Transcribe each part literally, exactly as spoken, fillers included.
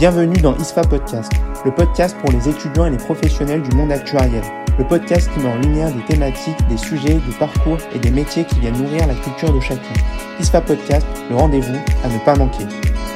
Bienvenue dans I S F A Podcast, le podcast pour les étudiants et les professionnels du monde actuariel. Le podcast qui met en lumière des thématiques, des sujets, des parcours et des métiers qui viennent nourrir la culture de chacun. I S F A Podcast, le rendez-vous à ne pas manquer.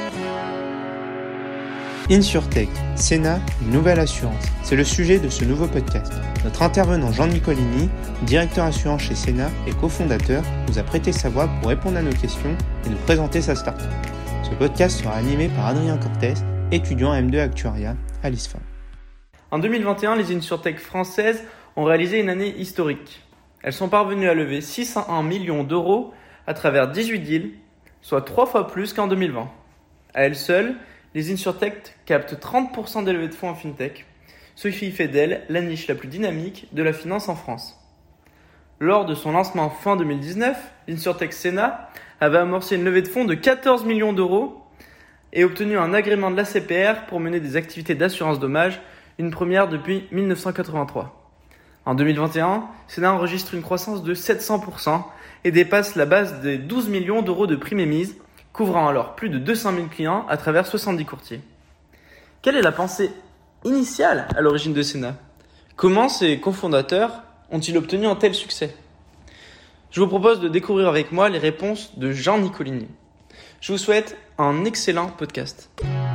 InsurTech, Sénat, une nouvelle assurance. C'est le sujet de ce nouveau podcast. Notre intervenant Jean Nicolini, directeur assurance chez Sénat et cofondateur, nous a prêté sa voix pour répondre à nos questions et nous présenter sa start-up. Ce podcast sera animé par Adrien Cortès, étudiant M deux Actuariat à l'I S F A. En deux mille vingt et un, les InsurTech françaises ont réalisé une année historique. Elles sont parvenues à lever six cent un millions d'euros à travers dix-huit deals, soit trois fois plus qu'en deux mille vingt. À elles seules, les InsurTech captent trente pour cent des levées de fonds en FinTech, ce qui fait d'elles la niche la plus dynamique de la finance en France. Lors de son lancement fin deux mille dix-neuf, l'InsurTech Sénat avait amorcé une levée de fonds de quatorze millions d'euros et obtenu un agrément de l'A C P R pour mener des activités d'assurance dommages, une première depuis dix-neuf cent quatre-vingt-trois. En deux mille vingt et un, Sénat enregistre une croissance de sept cents pour cent et dépasse la base des douze millions d'euros de primes émises, couvrant alors plus de deux cent mille clients à travers soixante-dix courtiers. Quelle est la pensée initiale à l'origine de Sénat ? Comment ses cofondateurs ont-ils obtenu un tel succès ? Je vous propose de découvrir avec moi les réponses de Jean Nicolini. Je vous souhaite un excellent podcast.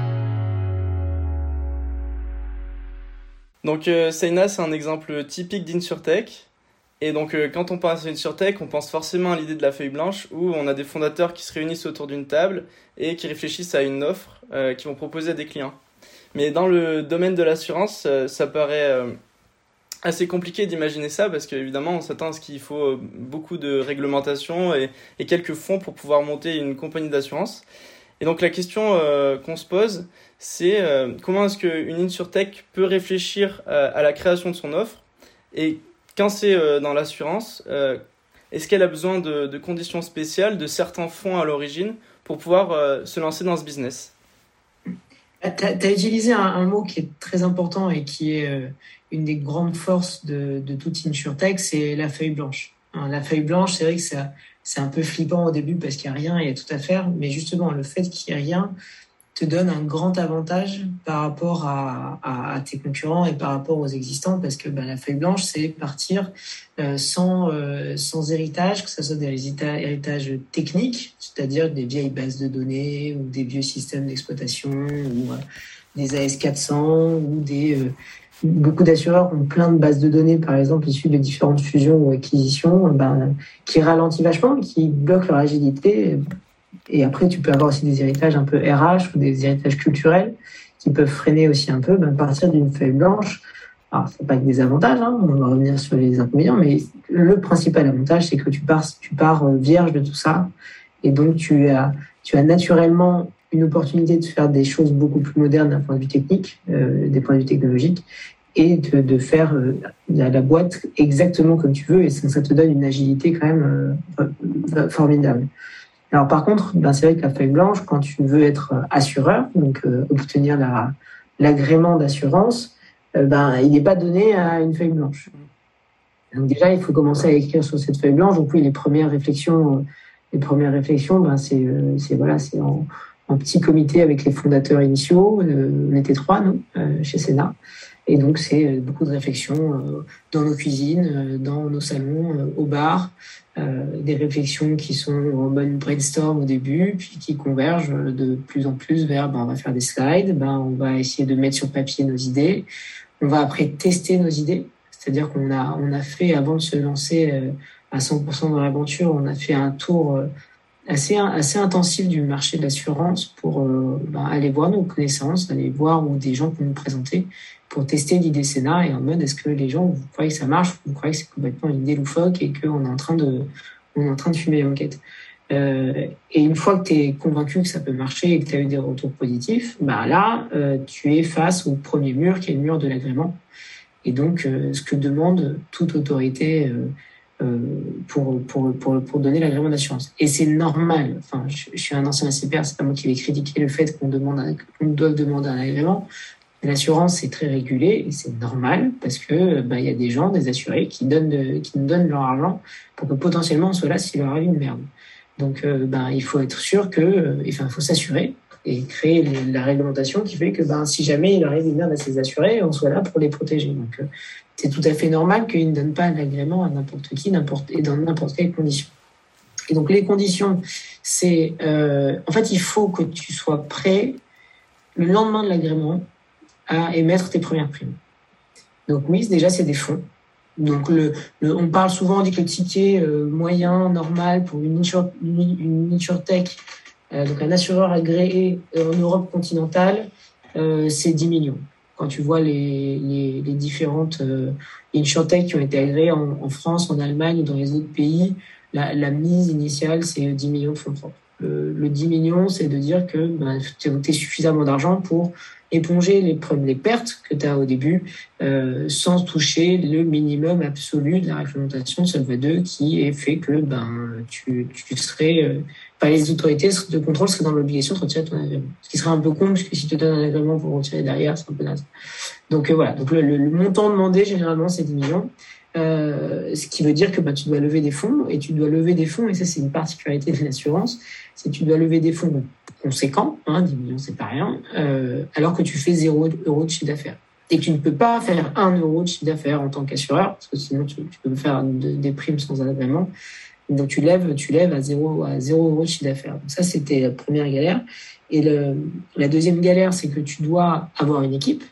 Donc euh, Sénat, c'est un exemple typique d'InsurTech. Et donc euh, quand on pense à InsurTech, on pense forcément à l'idée de la feuille blanche où on a des fondateurs qui se réunissent autour d'une table et qui réfléchissent à une offre euh, qu'ils vont proposer à des clients. Mais dans le domaine de l'assurance, euh, ça paraît euh, assez compliqué d'imaginer ça parce qu'évidemment, on s'attend à ce qu'il faut euh, beaucoup de réglementation et, et quelques fonds pour pouvoir monter une compagnie d'assurance. Et donc la question euh, qu'on se pose, c'est euh, comment est-ce qu'une InsurTech peut réfléchir euh, à la création de son offre et quand c'est euh, dans l'assurance, euh, est-ce qu'elle a besoin de, de conditions spéciales, de certains fonds à l'origine pour pouvoir euh, se lancer dans ce business ? Tu as utilisé un, un mot qui est très important et qui est euh, une des grandes forces de, de toute InsurTech, c'est la feuille blanche. Hein, la feuille blanche, c'est vrai que ça, c'est un peu flippant au début parce qu'il n'y a rien, il y a tout à faire, mais justement, le fait qu'il n'y ait rien te donne un grand avantage par rapport à, à, à tes concurrents et par rapport aux existants parce que ben, la feuille blanche, c'est partir euh, sans, euh, sans héritage, que ce soit des héritages techniques, c'est-à-dire des vieilles bases de données ou des vieux systèmes d'exploitation ou euh, des A S quatre cents ou des... Euh, beaucoup d'assureurs ont plein de bases de données, par exemple, issues de différentes fusions ou acquisitions, ben, qui ralentissent vachement, qui bloquent leur agilité. Et après, tu peux avoir aussi des héritages un peu R H ou des héritages culturels qui peuvent freiner aussi un peu, ben, à partir d'une feuille blanche. Alors, c'est pas que des avantages, hein, on va revenir sur les inconvénients, mais le principal avantage, c'est que tu pars, tu pars vierge de tout ça. Et donc, tu as, tu as naturellement une opportunité de faire des choses beaucoup plus modernes d'un point de vue technique, euh, des points de vue technologiques, et de, de faire euh, la boîte exactement comme tu veux, et ça, ça te donne une agilité quand même euh, formidable. Alors par contre, ben, c'est vrai que la feuille blanche, quand tu veux être assureur, donc euh, obtenir la, l'agrément d'assurance, euh, ben, il n'est pas donné à une feuille blanche. Donc déjà, il faut commencer à écrire sur cette feuille blanche. Donc oui, les premières réflexions, euh, les premières réflexions, ben, c'est, euh, c'est voilà, c'est en, en petit comité avec les fondateurs initiaux. Euh, on était trois, nous, euh, chez Sénat. Et donc, c'est beaucoup de réflexions euh, dans nos cuisines, euh, dans nos salons, euh, au bar, euh, des réflexions qui sont en mode brainstorm au début, puis qui convergent de plus en plus vers, ben, on va faire des slides, ben, on va essayer de mettre sur papier nos idées, on va après tester nos idées, c'est-à-dire qu'on a, on a fait, avant de se lancer euh, à cent pour cent dans l'aventure, on a fait un tour euh, assez, assez intensif du marché de l'assurance pour euh, ben, aller voir nos connaissances, aller voir où des gens peuvent nous présenter, pour tester l'idée Sénat et en mode est-ce que les gens vous croyez que ça marche ou vous croyez que c'est complètement une idée loufoque et qu'on est en train de on est en train de fumer l'enquête. Euh, et une fois que tu es convaincu que ça peut marcher et que tu as eu des retours positifs, bah là euh, tu es face au premier mur qui est le mur de l'agrément. Et donc euh, ce que demande toute autorité euh, euh, pour pour pour pour donner l'agrément d'assurance. Et c'est normal. Enfin, je, je suis un ancien A C P R, c'est pas moi qui vais critiquer le fait qu'on demande un, qu'on doit demander un agrément. L'assurance, c'est très régulé et c'est normal parce que bah, y a des gens, des assurés qui donnent de, qui nous donnent leur argent pour que potentiellement on soit là s'il leur arrive une merde. Donc, euh, bah, il faut être sûr que, enfin, il faut s'assurer et créer les, la réglementation qui fait que ben, si jamais il arrive une merde à ses assurés, on soit là pour les protéger. Donc, euh, c'est tout à fait normal qu'ils ne donnent pas l'agrément à n'importe qui, n'importe, et dans n'importe quelle condition. Et donc, les conditions, c'est... Euh, en fait, il faut que tu sois prêt le lendemain de l'agrément à émettre tes premières primes. Donc oui, déjà, c'est des fonds. Donc, le, le, on parle souvent, on dit que le ticket euh, moyen, normal, pour une, insure, une, une insurtech, euh, donc un assureur agréé euh, en Europe continentale, euh, c'est dix millions. Quand tu vois les, les, les différentes euh, insurtech qui ont été agréées en, en France, en Allemagne ou dans les autres pays, la, la mise initiale, c'est dix millions de fonds propres. Le, le dix millions, c'est de dire que ben, tu as suffisamment d'argent pour éponger les, les pertes que tu as au début euh, sans toucher le minimum absolu de la réglementation de Solvay deux qui est fait que ben, tu, tu serais... Euh, pas les autorités de contrôle seraient dans l'obligation de retirer ton agrément. Ce qui serait un peu con, parce que si tu te donnes un agrément pour retirer derrière, c'est un peu naze. Donc euh, voilà, donc le, le, le montant demandé, généralement, c'est dix millions. Euh, ce qui veut dire que bah, tu dois lever des fonds, et tu dois lever des fonds, et ça c'est une particularité de l'assurance, c'est que tu dois lever des fonds conséquents, hein, dix millions c'est pas rien, euh, alors que tu fais zéro euro de chiffre d'affaires. Et que tu ne peux pas faire un euro de chiffre d'affaires en tant qu'assureur, parce que sinon tu, tu peux faire de, des primes sans agrément. Donc tu lèves, tu lèves à zéro, à zéro euro de chiffre d'affaires. Donc ça c'était la première galère. Et le, la deuxième galère, c'est que tu dois avoir une équipe.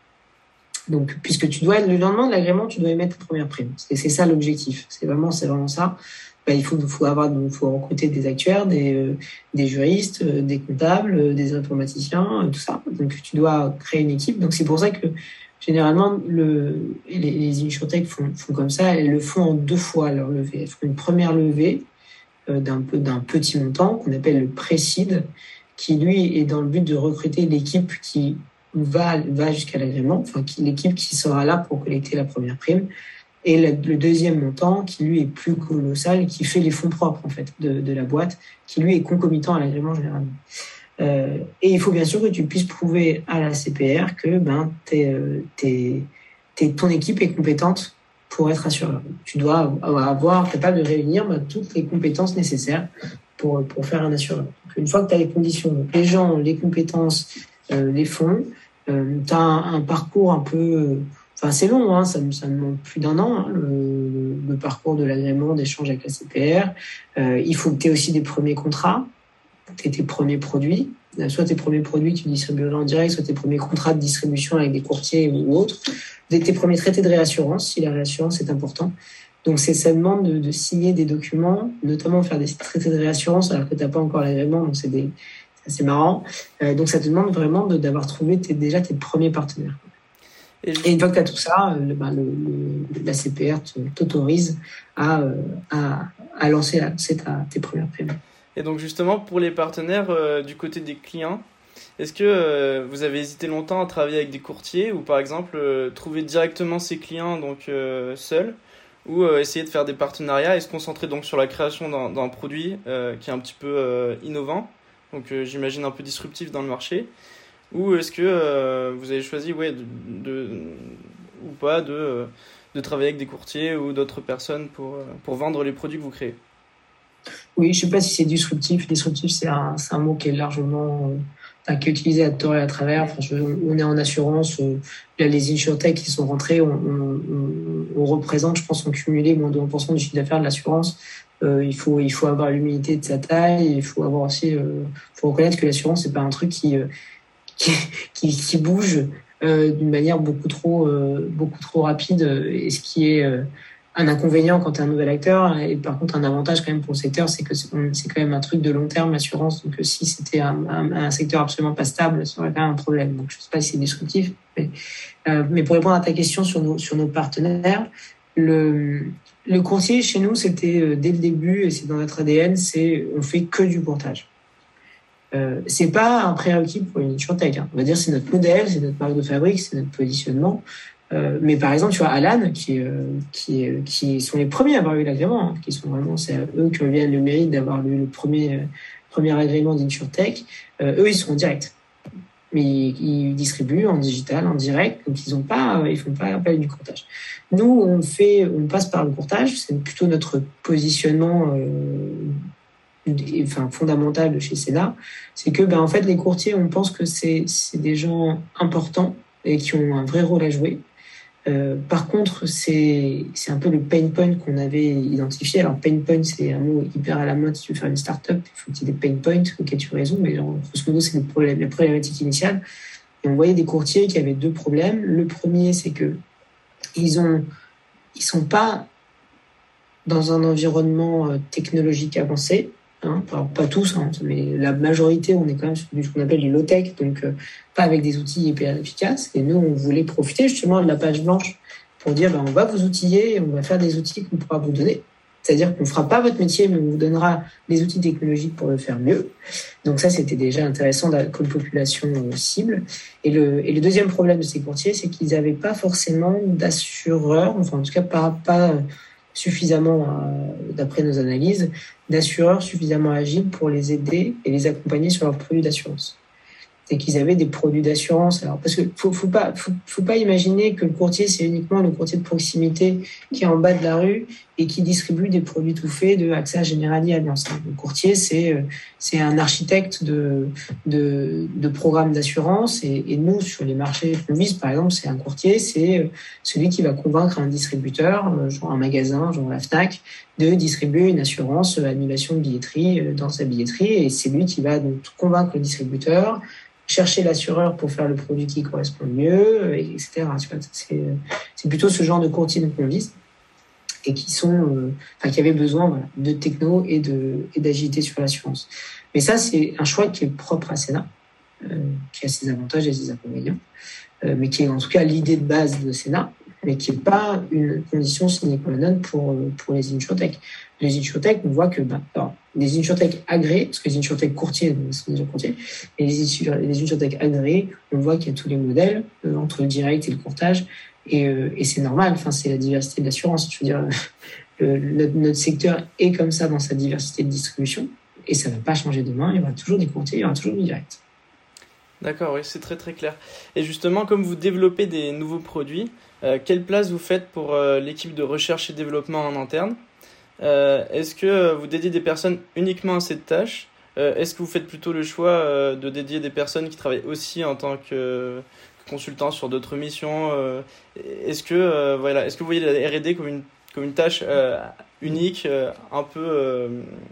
Donc, puisque tu dois, le lendemain de l'agrément, tu dois émettre ta première prime. Et c'est ça l'objectif. C'est vraiment, c'est vraiment ça. Ben, il faut, faut avoir, il faut recruter des actuaires, des, euh, des juristes, euh, des comptables, euh, des informaticiens, euh, tout ça. Donc, tu dois créer une équipe. Donc, c'est pour ça que, généralement, le, les, les insurtech font, font comme ça. Elles le font en deux fois, leur levée. Elles font une première levée, euh, d'un peu, d'un petit montant qu'on appelle le pré-seed, qui, lui, est dans le but de recruter l'équipe qui, va, va jusqu'à l'agrément, enfin qui, l'équipe qui sera là pour collecter la première prime, et le, le deuxième montant qui lui est plus colossal, qui fait les fonds propres en fait de, de la boîte, qui lui est concomitant à l'agrément généralement. Euh, et il faut bien sûr que tu puisses prouver à la C P R que ben t'es, t'es, t'es, ton équipe est compétente pour être assureur. Tu dois avoir capable de réunir ben, toutes les compétences nécessaires pour pour faire un assureur. Donc, une fois que tu as les conditions, donc les gens, les compétences, euh, les fonds. Euh, tu as un, un parcours un peu... Enfin, c'est long, hein, ça, ça demande plus d'un an, hein, le, le parcours de l'agrément d'échange avec la C P R. Euh, il faut que tu aies aussi des premiers contrats, que tu aies tes premiers produits, soit tes premiers produits que tu distribueras en direct, soit tes premiers contrats de distribution avec des courtiers ou autres, tes premiers traités de réassurance, si la réassurance est important. Donc, c'est, ça demande de, de signer des documents, notamment faire des traités de réassurance alors que tu n'as pas encore l'agrément, donc c'est des... C'est marrant. Euh, donc, ça te demande vraiment de, d'avoir trouvé tes, déjà tes premiers partenaires. Et, Et une fois que tu as tout ça, le, ben, le, le, la C P R t'autorise à, à, à lancer la, ta, tes premières primes. Et donc, justement, pour les partenaires euh, du côté des clients, est-ce que euh, vous avez hésité longtemps à travailler avec des courtiers ou, par exemple, euh, trouver directement ces clients donc euh, seuls ou euh, essayer de faire des partenariats et se concentrer donc sur la création d'un, d'un produit euh, qui est un petit peu euh, innovant? Donc euh, j'imagine un peu disruptif dans le marché, ou est-ce que euh, vous avez choisi ouais, de, de, ou pas de, de travailler avec des courtiers ou d'autres personnes pour, pour vendre les produits que vous créez? Oui, je ne sais pas si c'est disruptif. Disruptif, c'est un, c'est un mot qui est largement enfin, qui est utilisé à tort et à travers. Enfin, je, on est en assurance, euh, là, les insurtech qui sont rentrés, on, on, on, on représente, je pense, en cumulé moins de un pour cent du chiffre d'affaires de l'assurance. Euh, il faut il faut avoir l'humilité de sa taille, il faut avoir aussi euh, faut reconnaître que l'assurance c'est pas un truc qui euh, qui, qui qui bouge euh, d'une manière beaucoup trop euh, beaucoup trop rapide, et ce qui est euh, un inconvénient quand tu es un nouvel acteur, et par contre un avantage quand même pour le secteur, c'est que c'est, c'est quand même un truc de long terme, l'assurance. Donc si c'était un, un, un secteur absolument pas stable, ça aurait quand même un problème. Donc je sais pas si c'est disruptif, mais euh, mais pour répondre à ta question sur nos sur nos partenaires, le Le courtier, chez nous, c'était euh, dès le début, et c'est dans notre A D N, c'est on fait que du courtage. Euh, c'est pas un prérequis pour une insurtech. Hein. On va dire c'est notre modèle, c'est notre marque de fabrique, c'est notre positionnement. Euh, mais par exemple, tu vois, Alan, qui, euh, qui, euh, qui sont les premiers à avoir eu l'agrément, hein, qui sont vraiment, c'est à eux qui reviennent le mérite d'avoir eu le premier, euh, premier agrément d'insurtech. Euh, eux, ils sont en direct. Mais ils, ils distribuent en digital, en direct, donc ils ont pas, ils font pas appel du courtage. Nous, on fait, on passe par le courtage, c'est plutôt notre positionnement euh, enfin fondamentale de chez Sénat, c'est que ben en fait les courtiers, on pense que c'est c'est des gens importants et qui ont un vrai rôle à jouer. Euh, par contre, c'est c'est un peu le pain point qu'on avait identifié. Alors pain point, c'est un mot hyper à la mode. Si tu veux faire une start-up, il faut qu'il y ait des pain points auxquels tu résous, mais genre, grosso modo, c'est le problème, la problématique initiale. Et on voyait des courtiers qui avaient deux problèmes. Le premier, c'est que ils ont ils sont pas dans un environnement technologique avancé. Hein, alors pas tous, hein, mais la majorité, on est quand même sur ce qu'on appelle du low-tech, donc euh, pas avec des outils hyper efficaces. Et nous, on voulait profiter justement de la page blanche pour dire, ben, on va vous outiller, et on va faire des outils qu'on pourra vous donner. C'est-à-dire qu'on ne fera pas votre métier, mais on vous donnera des outils technologiques pour le faire mieux. Donc ça, c'était déjà intéressant comme population euh, cible. Et le, et le deuxième problème de ces courtiers, c'est qu'ils n'avaient pas forcément d'assureurs, enfin en tout cas pas... pas suffisamment, euh, d'après nos analyses, d'assureurs suffisamment agiles pour les aider et les accompagner sur leurs produits d'assurance. C'est qu'ils avaient des produits d'assurance. Alors, parce que faut, faut pas, faut, faut pas imaginer que le courtier, c'est uniquement le courtier de proximité qui est en bas de la rue et qui distribue des produits tout faits de A X A, Generali, Allianz. Le courtier, c'est, c'est un architecte de, de, de programmes d'assurance. Et, et nous, sur les marchés qu'on vise, par exemple, c'est un courtier, c'est celui qui va convaincre un distributeur, genre un magasin, genre la Fnac, de distribuer une assurance annulation de billetterie dans sa billetterie. Et c'est lui qui va donc convaincre le distributeur, chercher l'assureur pour faire le produit qui correspond le mieux, et cetera. C'est, c'est plutôt ce genre de courtier qu'on vise et qui sont, euh, enfin, qui avaient besoin voilà, de techno et de et d'agilité sur l'assurance. Mais ça, c'est un choix qui est propre à Sénat, euh, qui a ses avantages et ses inconvénients, euh, mais qui est en tout cas l'idée de base de Sénat, mais qui n'est pas une condition sine qua non pour pour les insurtech. Les insurtech, on voit que ben, alors, les insurtech agréés, parce que les insurtech courtiers sont déjà courtiers, et les, les insurtech agréés, on voit qu'il y a tous les modèles euh, entre le direct et le courtage, et, euh, et c'est normal. Enfin, c'est la diversité de l'assurance. Je veux dire, le, notre, notre secteur est comme ça dans sa diversité de distribution, et ça ne va pas changer demain. Il y aura toujours des courtiers, il y aura toujours du direct. D'accord, oui, c'est très très clair. Et justement, comme vous développez des nouveaux produits, euh, quelle place vous faites pour euh, l'équipe de recherche et développement en interne ? Euh, est-ce que vous dédiez des personnes uniquement à cette tâche ? euh, Est-ce que vous faites plutôt le choix euh, de dédier des personnes qui travaillent aussi en tant que, que consultants sur d'autres missions ? euh, Est-ce que euh, voilà, est-ce que vous voyez la R et D comme une comme une tâche euh, unique, euh, un peu euh,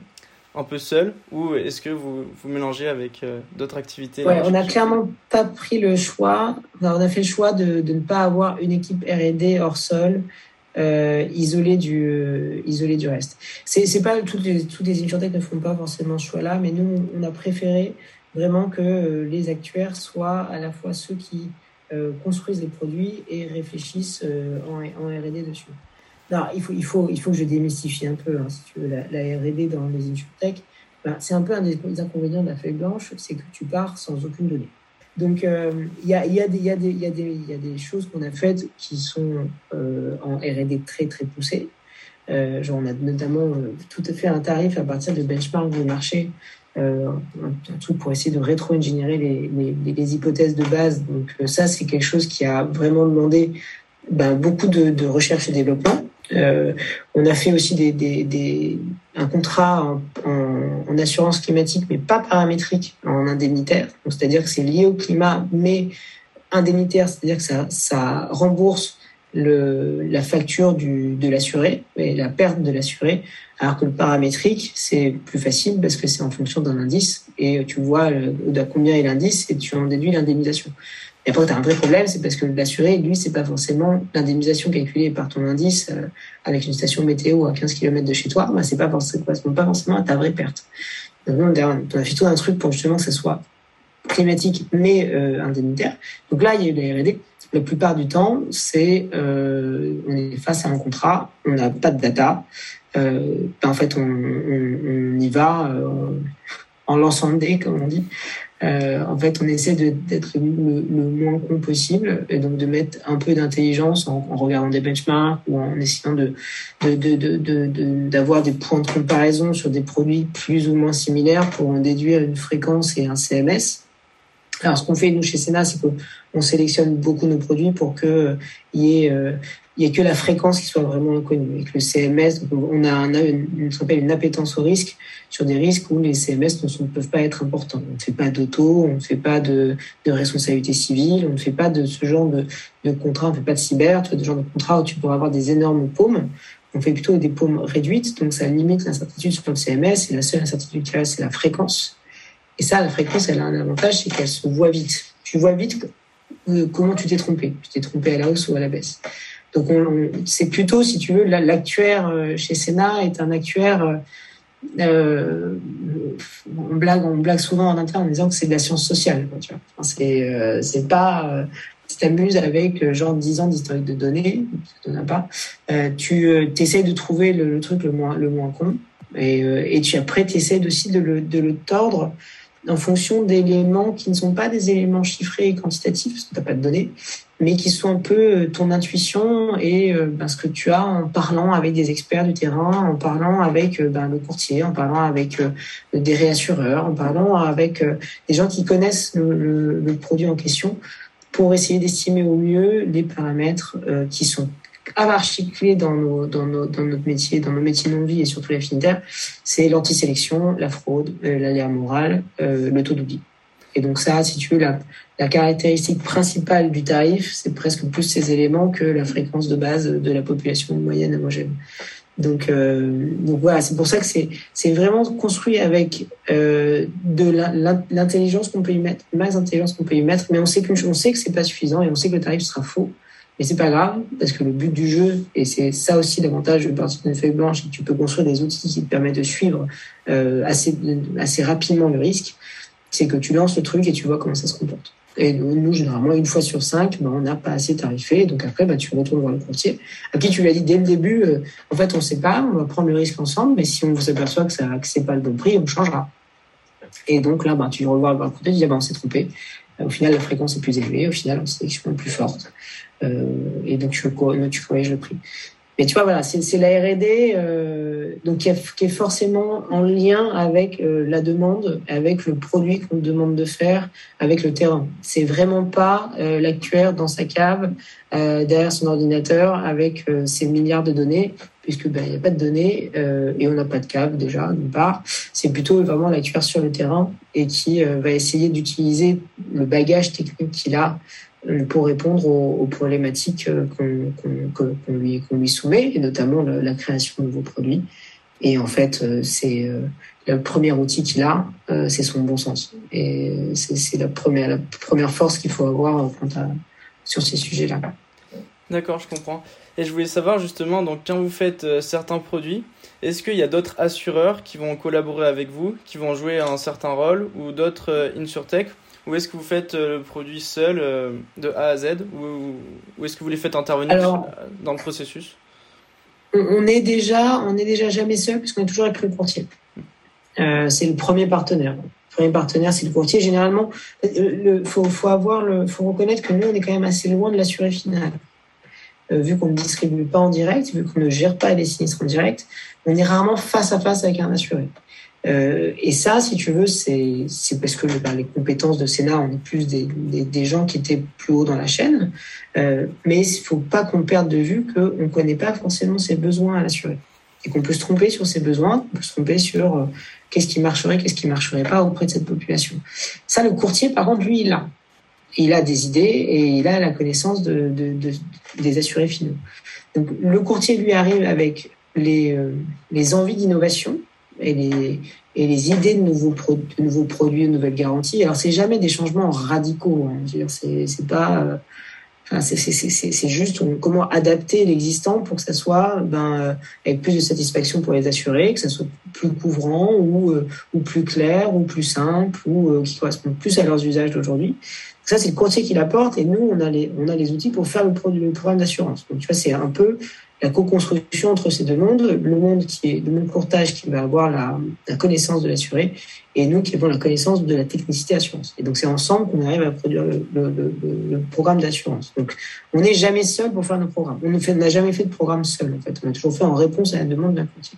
un peu seule, ou est-ce que vous vous mélangez avec euh, d'autres activités ? Ouais, on n'a clairement pas pris le choix. Enfin, on a fait le choix de, de ne pas avoir une équipe R et D hors sol. Euh, isolé du euh, isolé du reste. C'est c'est pas toutes les toutes les insurtech ne font pas forcément ce choix-là, mais nous on a préféré vraiment que euh, les actuaires soient à la fois ceux qui euh, construisent les produits et réfléchissent euh, en en R et D dessus. Non, il faut il faut il faut que je démystifie un peu, hein, si tu veux, la, la R et D dans les insurtech. Ben, c'est un peu un des inconvénients de la feuille blanche, c'est que tu pars sans aucune donnée. Donc, il euh, y, a, y, a y, a y, a y a des choses qu'on a faites qui sont euh, en R et D très, très poussées. Euh, genre, on a notamment euh, tout à fait un tarif à partir de benchmark du marché, euh, un, un truc pour essayer de rétro-ingénierer les, les, les hypothèses de base. Donc, euh, ça, c'est quelque chose qui a vraiment demandé ben, beaucoup de, de recherche et développement. Euh, on a fait aussi des, des, des, un contrat en, en, en assurance climatique, mais pas paramétrique, en indemnitaire. Donc, c'est-à-dire que c'est lié au climat, mais indemnitaire, c'est-à-dire que ça, ça rembourse le, la facture du, de l'assuré et la perte de l'assuré, alors que le paramétrique, c'est plus facile parce que c'est en fonction d'un indice et tu vois de combien est l'indice et tu en déduis l'indemnisation. Et après, tu as un vrai problème, c'est parce que l'assuré, lui, c'est pas forcément l'indemnisation calculée par ton indice euh, avec une station météo à quinze kilomètres de chez toi, bah, c'est pas forcément, correspond pas forcément à ta vraie perte. Donc, on a, on a fait tout un truc pour justement que ça soit climatique mais euh, indemnitaire. Donc là, il y a eu la R et D. La plupart du temps, c'est euh, on est face à un contrat, on n'a pas de data. Euh, ben, en fait, on, on, on y va euh, en lançant le dé, comme on dit. Euh, en fait, on essaie de, d'être le, le moins con possible et donc de mettre un peu d'intelligence en, en regardant des benchmarks ou en essayant de, de, de, de, de, de, d'avoir des points de comparaison sur des produits plus ou moins similaires pour en déduire une fréquence et un C M S. Alors, ce qu'on fait, nous, chez Sénat, c'est qu'on sélectionne beaucoup nos produits pour qu'il euh, y ait, euh, il y a que la fréquence qui soit vraiment inconnue. Avec le C M S, donc on a un, une, ce qu'on appelle une appétence au risque sur des risques où les C M S ne, sont, ne peuvent pas être importants. On ne fait pas d'auto, on ne fait pas de, de responsabilité civile, on ne fait pas de ce genre de, de contrat, on ne fait pas de cyber, tu vois, de genre de contrat où tu pourras avoir des énormes paumes. On fait plutôt des paumes réduites, donc ça limite l'incertitude sur le C M S, et la seule incertitude qu'il y a, c'est la fréquence. Et ça, la fréquence, elle a un avantage, c'est qu'elle se voit vite. Tu vois vite comment tu t'es trompé. Tu t'es trompé à la hausse ou à la baisse. Donc, on, on, c'est plutôt, si tu veux, l'actuaire chez Sénat est un actuaire. Euh, on blague, on blague souvent en interne en disant que c'est de la science sociale. Tu vois. Enfin, c'est, euh, c'est pas. Euh, tu t'amuses avec euh, genre dix ans d'historique de données, tu n'en as pas. Euh, tu euh, essaies de trouver le, le truc le moins, le moins con, et, euh, et tu après tu essaies aussi de le, de le tordre en fonction d'éléments qui ne sont pas des éléments chiffrés et quantitatifs, parce que tu n'as pas de données, mais qui sont un peu ton intuition et euh, ben, ce que tu as en parlant avec des experts du terrain, en parlant avec euh, ben, le courtier, en parlant avec euh, des réassureurs, en parlant avec euh, des gens qui connaissent le, le, le produit en question, pour essayer d'estimer au mieux les paramètres euh, qui sont archi-clés dans, nos, dans, nos, dans notre métier, dans nos métiers non-vie et surtout la finitaire, c'est l'antisélection, la fraude, euh, l'aléa moral, euh, le taux d'oubli. Et donc ça, si tu veux, la, la caractéristique principale du tarif, c'est presque plus ces éléments que la fréquence de base de la population moyenne homogène. Donc, euh, donc voilà, c'est pour ça que c'est, c'est vraiment construit avec euh, de la, l'intelligence qu'on peut y mettre, max intelligence qu'on peut y mettre, mais on sait que, on sait que c'est pas suffisant et on sait que le tarif sera faux. Mais c'est pas grave, parce que le but du jeu, et c'est ça aussi l'avantage de partir d'une feuille blanche, c'est que tu peux construire des outils qui te permettent de suivre euh, assez, assez rapidement le risque, c'est que tu lances le truc et tu vois comment ça se comporte. Et nous, nous généralement, une fois sur cinq, ben, on n'a pas assez tarifé, donc après, ben, tu retournes voir le courtier, à qui tu l'as dit dès le début, euh, en fait, on ne sait pas, on va prendre le risque ensemble, mais si on s'aperçoit que, ça, que c'est pas le bon prix, on changera. Et donc là, ben, tu revois le courtier, tu dis, ben, on s'est trompé. Au final, la fréquence est plus élevée, au final, la sélection est plus forte. Euh, et donc, tu, tu corriges le prix. Mais tu vois, voilà, c'est, c'est la R et D euh, donc qui, a, qui est forcément en lien avec euh, la demande, avec le produit qu'on demande de faire, avec le terrain. C'est vraiment pas euh, l'actuaire dans sa cave, euh, derrière son ordinateur, avec euh, ses milliards de données, puisque ben il y a pas de données euh, et on n'a pas de cave déjà d'une part. C'est plutôt vraiment l'actuaire sur le terrain et qui euh, va essayer d'utiliser le bagage technique qu'il a pour répondre aux, aux problématiques qu'on, qu'on, qu'on, lui, qu'on lui soumet, et notamment la, la création de nouveaux produits. Et en fait, c'est euh, le premier outil qu'il a, euh, c'est son bon sens. Et c'est, c'est la, première, la première force qu'il faut avoir quant à, sur ces sujets-là. D'accord, je comprends. Et je voulais savoir justement, donc, quand vous faites euh, certains produits, est-ce qu'il y a d'autres assureurs qui vont collaborer avec vous, qui vont jouer un certain rôle, ou d'autres euh, InsurTech, ou est-ce que vous faites euh, le produit seul euh, de A à Z, ou, ou est-ce que vous les faites intervenir Alors, dans le processus ? on est déjà, on n'est déjà jamais seul, puisqu'on est toujours avec le courtier. Euh, c'est le premier partenaire. Le premier partenaire, c'est le courtier. Généralement, il faut, faut avoir le, faut reconnaître que nous, on est quand même assez loin de l'assuré final. Euh, vu qu'on ne distribue pas en direct, vu qu'on ne gère pas les sinistres en direct, on est rarement face à face avec un assuré. Euh, et ça, si tu veux, c'est, c'est parce que ben, les compétences de Sénat, on est plus des, des, des gens qui étaient plus haut dans la chaîne. Euh, mais il ne faut pas qu'on perde de vue qu'on ne connaît pas forcément ses besoins à l'assuré. Et qu'on peut se tromper sur ses besoins, qu'on peut se tromper sur euh, qu'est-ce qui marcherait, qu'est-ce qui ne marcherait pas auprès de cette population. Ça, le courtier, par contre, lui, il a. Il a des idées et il a la connaissance de, de, de, des assurés finaux. Donc, le courtier, lui, arrive avec les, euh, les envies d'innovation, et les, et les idées de nouveaux, pro, de nouveaux produits, de nouvelles garanties. Alors, c'est jamais des changements radicaux. Hein. Je veux dire, c'est, c'est pas... Euh, enfin, c'est, c'est, c'est, c'est juste on, comment adapter l'existant pour que ça soit ben, euh, avec plus de satisfaction pour les assurés, que ça soit plus couvrant ou, euh, ou plus clair ou plus simple ou euh, qui correspond plus à leurs usages d'aujourd'hui. Ça, c'est le courtier qui l'apporte et nous, on a les, on a les outils pour faire le, produit, le programme d'assurance. Donc, tu vois, c'est un peu la co-construction entre ces deux mondes, le monde qui est le monde courtage qui va avoir la, la connaissance de l'assuré et nous qui avons la connaissance de la technicité assurance. Et donc c'est ensemble qu'on arrive à produire le, le, le, le programme d'assurance. Donc on n'est jamais seul pour faire nos programmes. On fait, n'a jamais fait de programme seul en fait. On a toujours fait en réponse à la demande d'un courtier.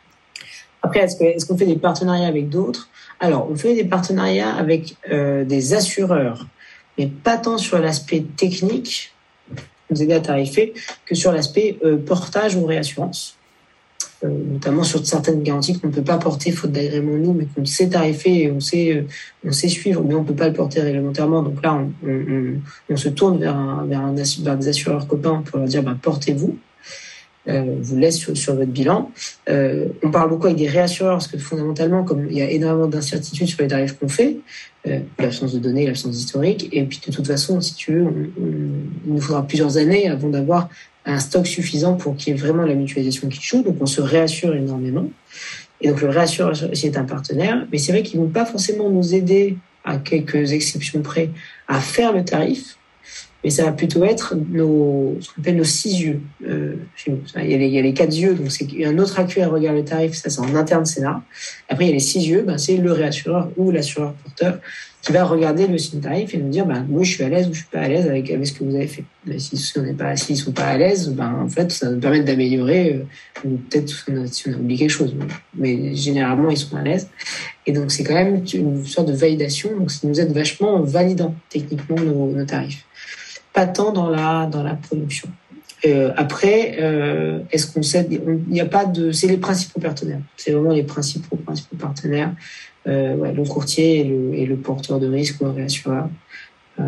Après, est-ce, que, est-ce qu'on fait des partenariats avec d'autres ? Alors, on fait des partenariats avec euh, des assureurs, mais pas tant sur l'aspect technique. nous aider à tarifer que sur l'aspect euh, portage ou réassurance. Euh, notamment sur certaines garanties qu'on ne peut pas porter faute d'agrément nous, mais qu'on sait tarifer et on sait, euh, on sait suivre, mais on ne peut pas le porter réglementairement. Donc là, on, on, on, on se tourne vers, un, vers, un, vers des assureurs copains pour leur dire bah, portez-vous, euh, vous laisse sur, sur votre bilan. Euh, on parle beaucoup avec des réassureurs parce que fondamentalement, comme il y a énormément d'incertitudes sur les tarifs qu'on fait, euh, l'absence de données, l'absence d'historique, et puis de toute façon, si tu veux, on, on, il nous faudra plusieurs années avant d'avoir un stock suffisant pour qu'il y ait vraiment la mutualisation qui joue. Donc, on se réassure énormément. Et donc, le réassureur aussi est un partenaire. Mais c'est vrai qu'ils ne vont pas forcément nous aider, à quelques exceptions près, à faire le tarif. Mais ça va plutôt être nos, ce qu'on appelle nos six yeux euh, chez nous. Il y a les, il y a les quatre yeux, donc c'est un autre actuaire regarde le tarif, ça c'est en interne Sénat. Après, il y a les six yeux, ben, c'est le réassureur ou l'assureur porteur qui va regarder le signe tarif et nous dire ben, moi je suis à l'aise ou je suis pas à l'aise avec, avec ce que vous avez fait. Ben, si, si on n'est pas, s'ils sont pas à l'aise, ben, en fait, ça va nous permettre d'améliorer, euh, ou peut-être si on, a, si on a oublié quelque chose. Mais généralement, ils sont à l'aise. Et donc, c'est quand même une sorte de validation. Donc, ça nous aide vachement en validant techniquement nos, nos tarifs. Pas tant dans la, dans la production. Euh, après, euh, est-ce qu'on sait, il n'y a pas de, c'est les principaux partenaires. C'est vraiment les principaux, principaux partenaires. Euh, ouais, le courtier et le, et le porteur de risque ou le réassureur. Euh,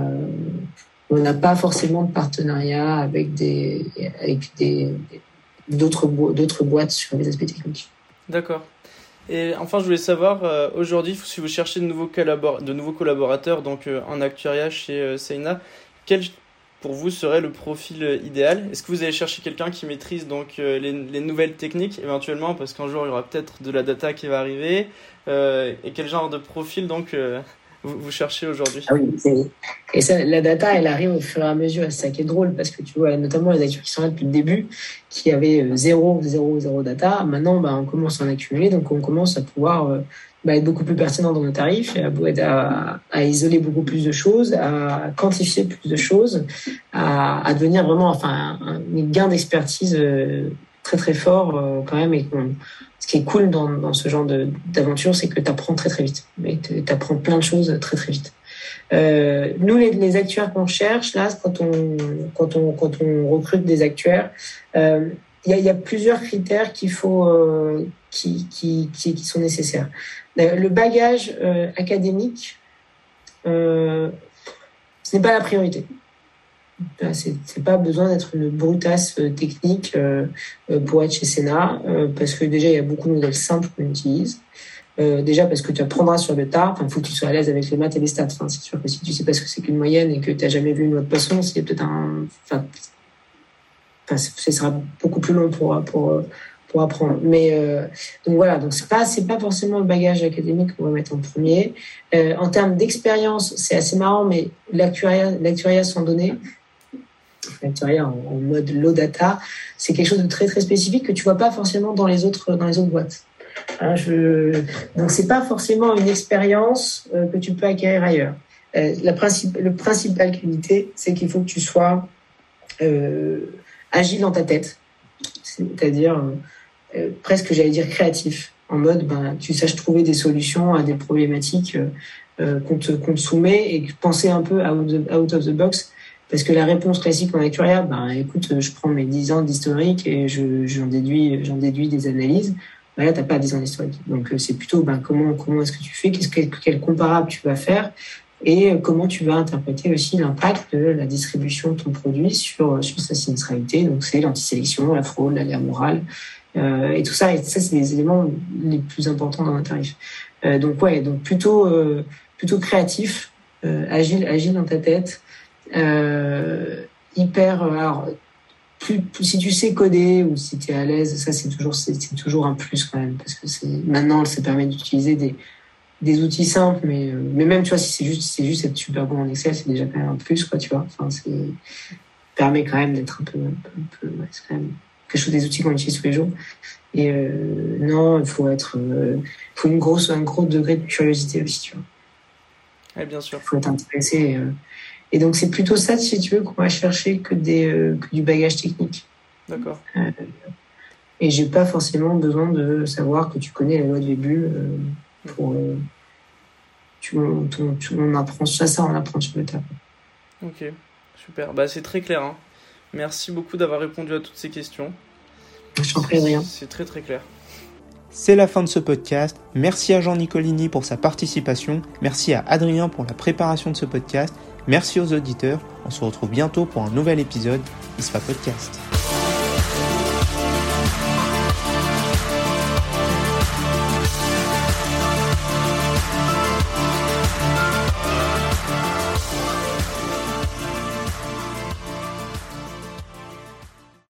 on n'a pas forcément de partenariat avec des, avec des, d'autres, d'autres boîtes sur les aspects techniques. D'accord. Et enfin, je voulais savoir, euh, aujourd'hui, si vous cherchez de nouveaux, collabor- de nouveaux collaborateurs donc, euh, en actuariat chez euh, Sénat, quel pour vous serait le profil euh, idéal ? Est-ce que vous allez chercher quelqu'un qui maîtrise donc, euh, les, les nouvelles techniques éventuellement, parce qu'un jour il y aura peut-être de la data qui va arriver, euh, et quel genre de profil donc euh, vous, vous cherchez aujourd'hui ? Ah oui, c'est... et ça, la data, elle arrive au fur et à mesure. C'est ça qui est drôle, parce que tu vois, notamment les acteurs qui sont là depuis le début, qui avaient zéro, zéro, zéro data. Maintenant, bah, on commence à en accumuler, donc on commence à pouvoir euh, bah, être beaucoup plus pertinent dans nos tarifs, et à, à, à isoler beaucoup plus de choses, à quantifier plus de choses, à, à devenir vraiment, enfin, un, un gain d'expertise euh, très très fort euh, quand même. Et qu'on, ce qui est cool dans, dans ce genre de, d'aventure, c'est que tu apprends très très vite. Tu apprends plein de choses très très vite. Euh, nous, les, les actuaires qu'on cherche, là, quand on, quand on, quand on recrute des actuaires, euh, il y a, il y a plusieurs critères qu'il faut, euh, qui, qui, qui, qui sont nécessaires. Le bagage euh, académique, euh, ce n'est pas la priorité. C'est, c'est pas besoin d'être une brutasse euh, technique euh, pour être chez Sénat, euh, parce que déjà, il y a beaucoup de modèles simples qu'on utilise. Euh, déjà parce que tu apprendras sur le tard. Enfin, il faut que tu sois à l'aise avec les maths et les stats. Enfin, c'est sûr que si tu sais pas ce que c'est qu'une moyenne et que tu n'as jamais vu une loi de Poisson, c'est peut-être un... Enfin, enfin, ce sera beaucoup plus long pour... pour pour apprendre. Mais euh, donc voilà, donc c'est pas c'est pas forcément le bagage académique qu'on va mettre en premier. Euh, en termes d'expérience, c'est assez marrant, mais l'actuariat, l'actuariat sans données, l'actuariat en, en mode low data, c'est quelque chose de très très spécifique que tu vois pas forcément dans les autres dans les autres boîtes. Hein, je, donc c'est pas forcément une expérience euh, que tu peux acquérir ailleurs. Euh, la principe, le principale qualité, c'est qu'il faut que tu sois euh, agile dans ta tête, c'est-à-dire euh, Euh, presque, j'allais dire, créatif, en mode, ben, tu saches trouver des solutions à des problématiques euh, qu'on, te, qu'on te soumet et penser un peu out, the, out of the box, parce que la réponse classique en actuariat, ben, écoute, je prends mes dix ans d'historique et je, j'en, déduis, j'en déduis des analyses. Ben là, tu n'as pas dix ans d'historique. Donc, euh, c'est plutôt ben, comment, comment est-ce que tu fais, qu'est-ce que, quel comparable tu vas faire et comment tu vas interpréter aussi l'impact de la distribution de ton produit sur, sur sa sinistralité. Donc, c'est l'antisélection, la fraude, l'aléa morale. Euh, et tout ça, et ça, c'est les éléments les plus importants dans un tarif. Euh, donc ouais, donc plutôt euh, plutôt créatif, euh, agile, agile dans ta tête, euh, hyper. Alors, plus, plus si tu sais coder ou si tu es à l'aise, ça c'est toujours c'est, c'est toujours un plus quand même, parce que c'est maintenant ça permet d'utiliser des des outils simples, mais mais même tu vois si c'est juste si c'est juste être super bon en Excel, c'est déjà quand même un plus quoi, tu vois. Enfin, c'est permet quand même d'être un peu un peu, un peu ouais, c'est quand même quelque chose des outils qu'on utilise tous les jours. Et euh, non, il faut être, euh, faut une grosse, un gros degré de curiosité aussi, tu vois. Oui, bien sûr. Il faut être intéressé. Et, euh, et donc c'est plutôt ça, si tu veux, qu'on va chercher que des, euh, que du bagage technique. D'accord. Euh, et j'ai pas forcément besoin de savoir que tu connais la loi de Webull euh, pour. Euh, tu, on, on, on apprend ça, ça, on apprend sur le tas. Ok, super. Bah c'est très clair. Hein. Merci beaucoup d'avoir répondu à toutes ces questions. Je t'en prie, Adrien. C'est très très clair. C'est la fin de ce podcast. Merci à Jean Nicolini pour sa participation. Merci à Adrien pour la préparation de ce podcast. Merci aux auditeurs. On se retrouve bientôt pour un nouvel épisode I S F A Podcast.